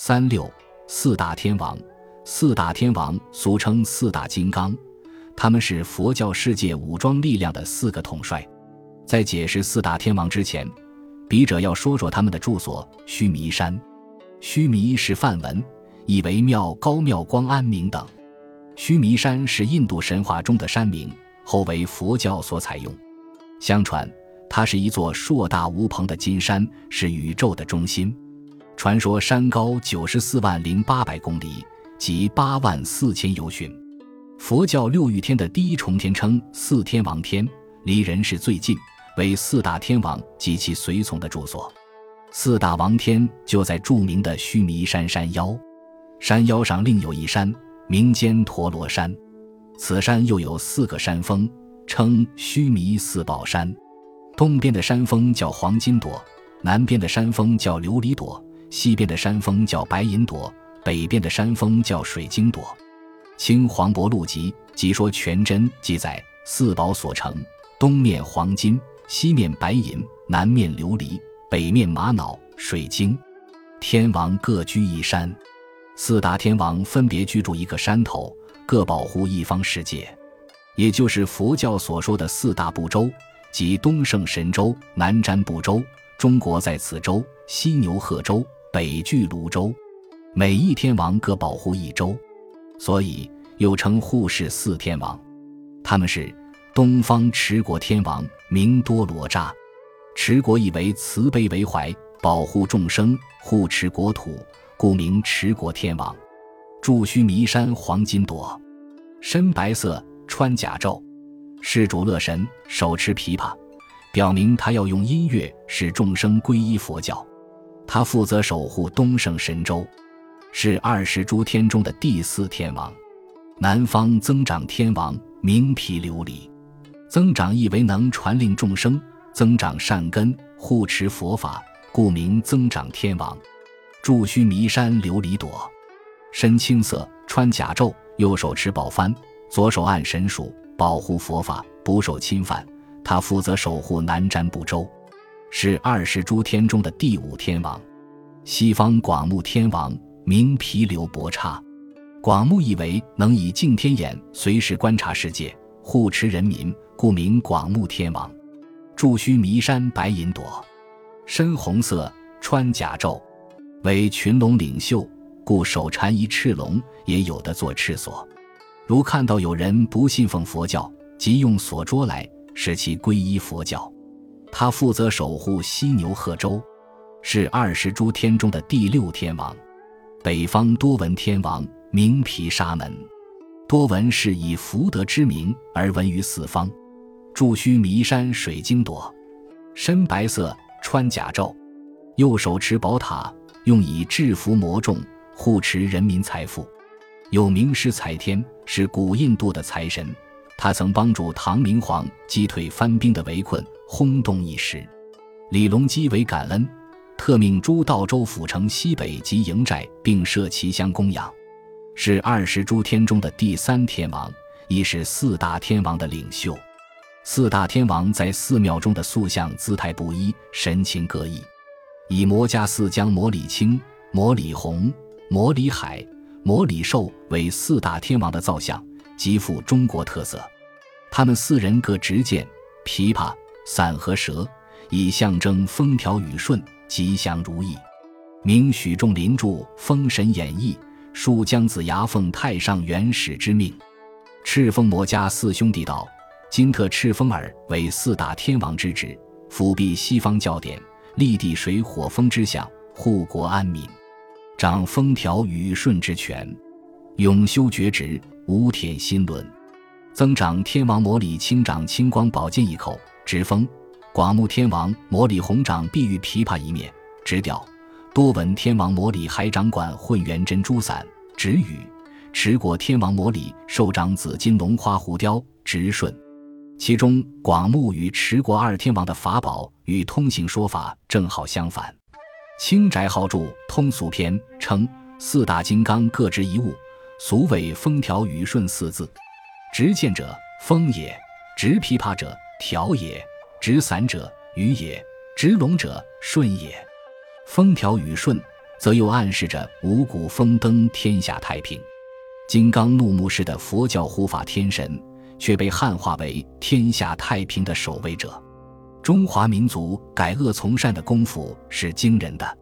36四大天王。四大天王俗称四大金刚，他们是佛教世界武装力量的4个统帅。在解释四大天王之前，笔者要说说他们的住所须弥山。须弥是梵文，意为妙高妙光安明等。须弥山是印度神话中的山名，后为佛教所采用。相传它是一座硕大无朋的金山，是宇宙的中心。传说山高940800公里，即84000由旬。佛教6欲天的第一重天称四天王天，离人世最近，为四大天王及其随从的住所。四大王天就在著名的须弥山山腰，山腰上另有一山，名坚陀罗山。此山又有4个山峰，称须弥四宝山。东边的山峰叫黄金朵，南边的山峰叫琉璃朵，西边的山峰叫白银朵，北边的山峰叫水晶朵。清黄伯录集即说全真记载，四宝所成，东面黄金，西面白银，南面琉璃，北面玛瑙、水晶。天王各居一山，四大天王分别居住一个山头，各保护一方世界，也就是佛教所说的4大部洲，即东胜神州、南瞻部洲，中国在此洲，西牛贺洲，北俱泸州。每一天王各保护一州，所以又称护世4天王。他们是东方持国天王，名多罗刹。持国意为慈悲为怀，保护众生，护持国土，故名持国天王。住须弥山黄金朵，身白色，穿甲胄，是主乐神，手持琵琶，表明他要用音乐使众生皈依佛教。他负责守护东胜神州，是20诸天中的第4天王。南方增长天王，名毗琉璃。增长意为能传令众生，增长善根，护持佛法，故名增长天王。住须弥山琉璃朵，身青色，穿甲胄，右手持宝幡，左手按神属，保护佛法，不受侵犯。他负责守护南瞻部洲，是20诸天中的第5天王。西方广目天王，名毗留泊刹。广目意为能以净天眼随时观察世界，护持人民，故名广目天王。住须弥山白银朵，身红色，穿甲胄，为群龙领袖，故手缠一赤龙，也有的做赤索。如看到有人不信奉佛教，即用索捉来，使其皈依佛教。他负责守护西牛贺州，是20诸天中的第6天王。北方多闻天王，名毗沙门。多闻是以福德之名而闻于4方。住须弥山水晶朵，身白色，穿甲胄，右手持宝塔，用以制服魔众，护持人民财富。有名师财天，是古印度的财神，他曾帮助唐明皇击退藩兵的围困，轰动一时。李隆基为感恩，特命诸道州府城西北及营寨，并设其香供养，是20诸天中的第3天王，亦是4大天王的领袖。4大天王在寺庙中的塑像姿态不一，神情各异，以摩迦四将摩里青、摩里红、摩里海、摩里寿为4大天王的造像，极富中国特色。他们4人各执剑、琵琶、伞和蛇，以象征风调雨顺，吉祥如意。明许仲林著《封神演义》，述姜子牙奉太上元始之命，敕封摩迦4兄弟道：今特敕封尔为4大天王之职，辅弼西方教典，立地水火风之象，护国安民，掌风调雨顺之权，永修厥职，无舔心轮。增长天王摩里青掌青光宝剑一口，直风；广目天王摩里红掌碧玉琵琶一面，直调；多闻天王摩里海掌管混元珍珠伞，直语；持国天王摩里寿掌紫金龙花狐雕，直顺。其中广目与持国2天王的法宝与通行说法正好相反。清翟浩著《通俗篇》称4大金刚各执一物，俗谓风调雨顺4字。执剑者，风也；执琵琶者，调也；执伞者，雨也；执龙者，顺也。风调雨顺则又暗示着五谷丰登、天下太平。金刚怒目式的佛教护法天神，却被汉化为天下太平的守卫者。中华民族改恶从善的功夫是惊人的。